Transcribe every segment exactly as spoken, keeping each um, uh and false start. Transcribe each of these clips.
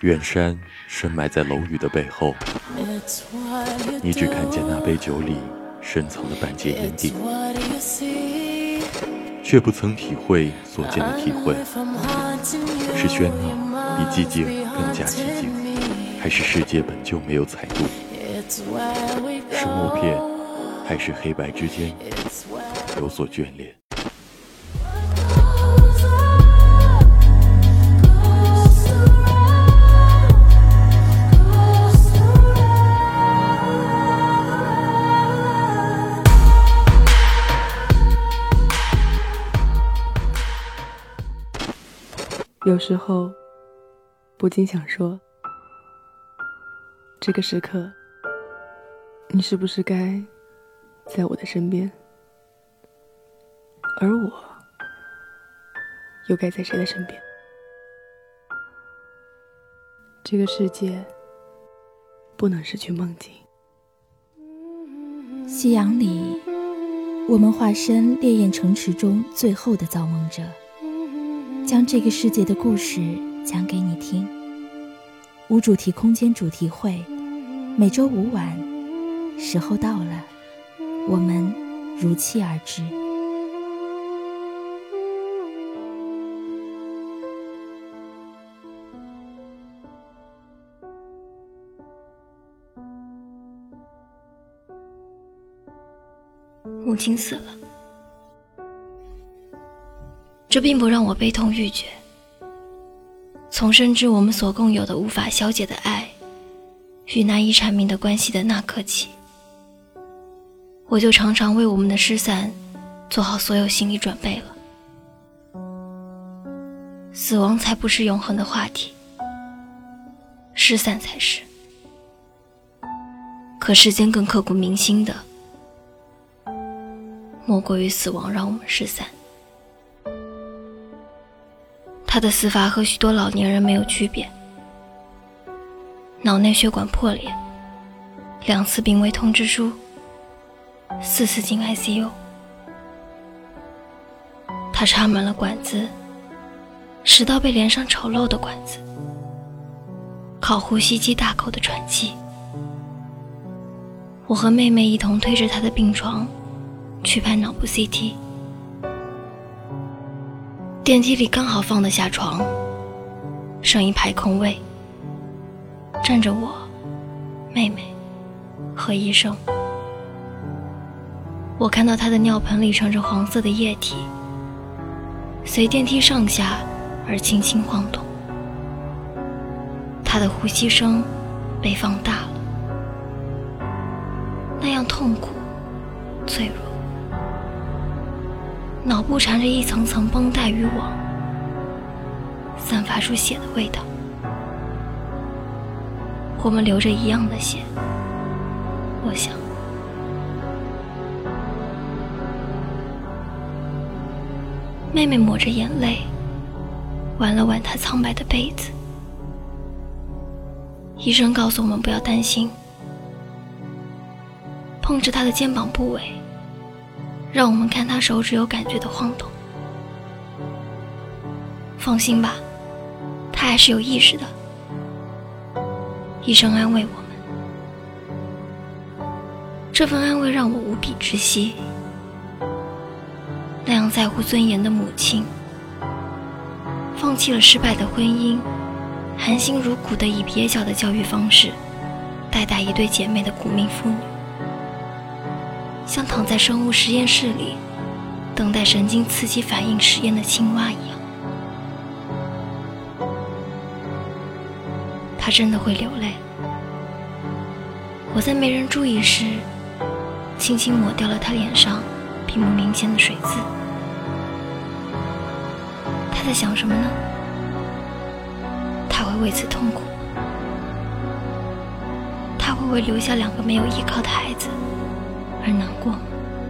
远山深埋在楼宇的背后，你只看见那杯酒里深藏的半截烟蒂，却不曾体会所见的体会。是喧闹比寂静更加寂静，还是世界本就没有彩度？是默片还是黑白之间有所眷恋？ 有时候不禁想说，这个时刻你是不是该在我的身边，而我又该在谁的身边？这个世界不能失去梦境。 夕阳里，我们化身烈焰城池中最后的造梦者，将这个世界的故事讲给你听。无主题空间主题会，每周五晚，时候到了，我们如期而至。 母亲死了，这并不让我悲痛欲绝。从深知我们所共有的无法消解的爱与难以阐明的关系的那刻起，我就常常为我们的失散做好所有心理准备了。死亡才不是永恒的话题，失散才是。可世间更刻骨铭心的，莫过于死亡让我们失散。他的死法和许多老年人没有区别，脑内血管破裂，两次病危通知书，四次进 I C U。 他插满了管子，直到被连上丑陋的管子，靠呼吸机大口的喘气。我和妹妹一同推着他的病床去拍脑部 C T， 电梯里刚好放得下床，剩一排空位，站着我、妹妹和医生。我看到他的尿盆里盛着黄色的液体，随电梯上下而轻轻晃动，他的呼吸声被放大了，那样痛苦、脆弱。脑部缠着一层层绷带与网，散发出血的味道。我们流着一样的血，我想。妹妹抹着眼泪，挽了挽她苍白的被子。医生告诉我们不要担心，碰着她的肩膀部位，让我们看他手指有感觉的晃动。放心吧，他还是有意识的。医生安慰我们，这份安慰让我无比窒息。那样在乎尊严的母亲，放弃了失败的婚姻，含辛茹苦地以蹩脚的教育方式带大一对姐妹的苦命妇女，像躺在生物实验室里等待神经刺激反应实验的青蛙一样。他真的会流泪。我在没人注意时轻轻抹掉了他脸上并不明显的水渍。他在想什么呢？他会为此痛苦吗？他会为留下两个没有依靠的孩子而难过吗？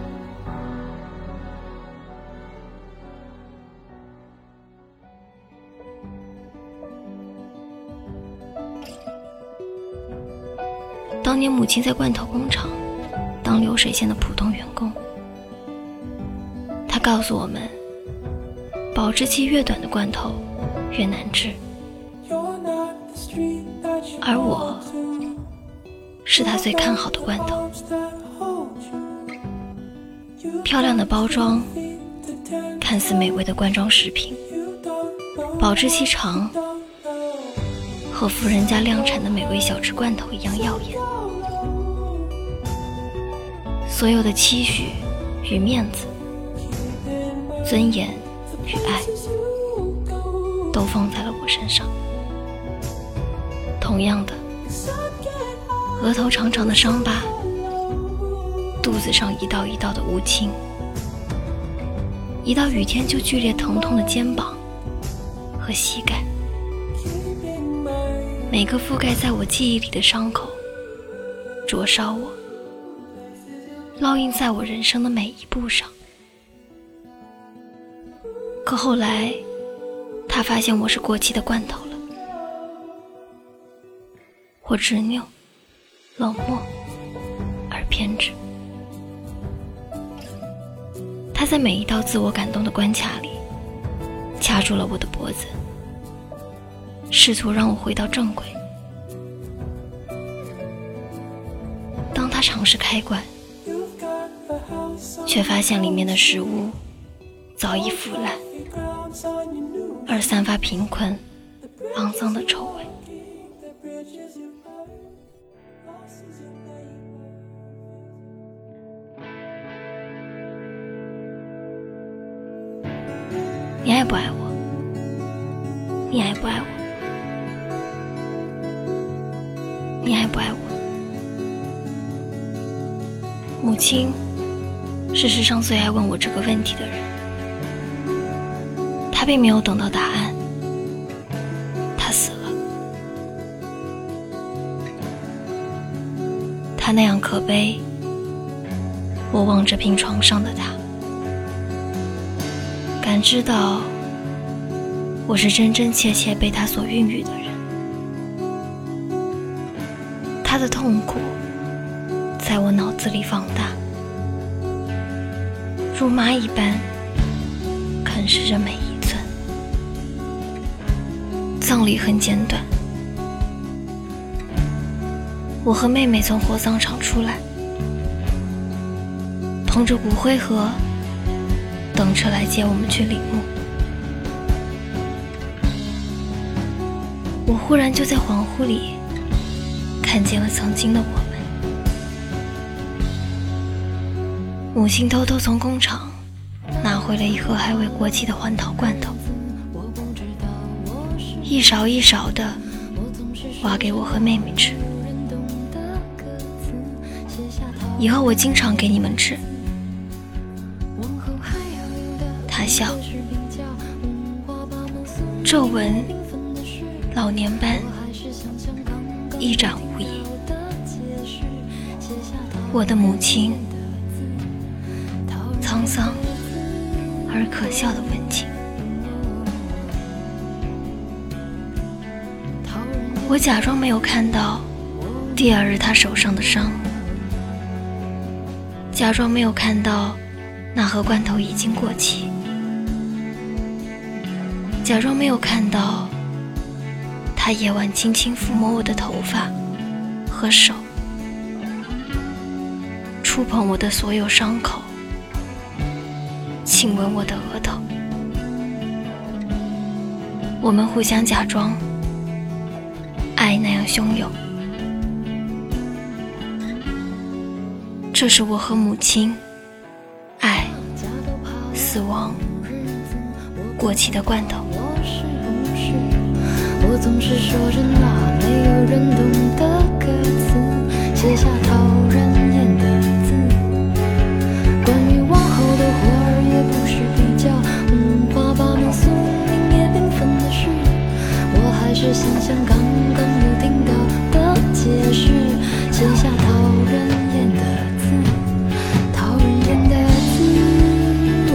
当年母亲在罐头工厂当流水线的普通员工，她告诉我们，保质期越短的罐头越难吃。 而我是他最看好的罐头。漂亮的包装，看似美味的罐装食品，保质期长，和富人家量产的美味小吃罐头一样耀眼。所有的期许与面子，尊严与爱，都放在了我身上。同样的，额头长长的伤疤，肚子上一道一道的乌青，一到雨天就剧烈疼痛的肩膀和膝盖，每个覆盖在我记忆里的伤口，灼烧我，烙印在我人生的每一步上。可后来，他发现我是过期的罐头了。我执拗、冷漠而偏执。他在每一道自我感动的关卡里，掐住了我的脖子，试图让我回到正轨。当他尝试开罐，却发现里面的食物早已腐烂，而散发贫困、肮脏的臭味。你爱不爱我？你爱不爱我？你爱不爱我？母亲是世上最爱问我这个问题的人。她并没有等到答案，她死了。她那样可悲，我望着病床上的她，感知到我是真真切切被他所孕育的人。他的痛苦在我脑子里放大，如蚂蚁般啃食着每一寸。葬礼很简短，我和妹妹从火葬场出来，捧着骨灰盒等车来接我们去陵墓。我忽然就在恍惚里看见了曾经的我们。母亲偷偷从工厂拿回了一盒还未过期的黄桃罐头，一勺一勺的挖给我和妹妹吃。以后我经常给你们吃。他笑，皱纹、老年斑一览无遗。我的母亲，沧桑而可笑的温情。我假装没有看到第二日他手上的伤，假装没有看到那盒罐头已经过期，假装没有看到他夜晚轻轻抚摸我的头发和手，触碰我的所有伤口，亲吻我的额头。我们互相假装爱那样汹涌。这是我和母亲爱、死亡、过期的罐头。 我总是说着那没有人懂的歌词，写下讨人厌的字。关于往后的花儿也不是比较嗯花八门宿命也缤纷的事，我还是心想刚刚有听到的解释，写下讨人厌的字，讨人厌的字、哦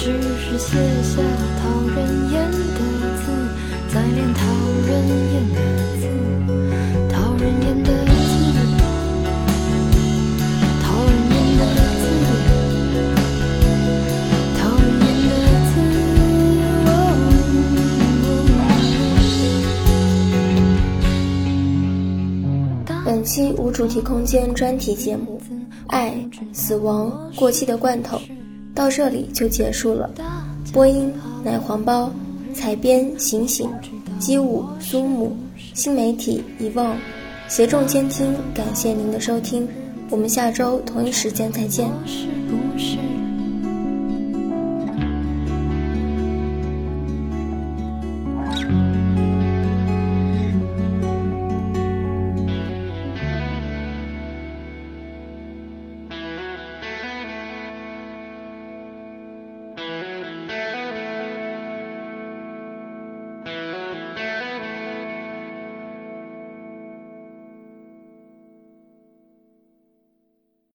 只是写下讨人厌的字，再练讨人厌的字，讨人厌的字，讨人厌的字，讨人厌的字。 本期无主题空间专题节目《爱、死亡、过期的罐头》到这里就结束了。播音奶黄包，采编醒醒，机务苏木，新媒体遗忘，协众监听，感谢您的收听，我们下周同一时间再见。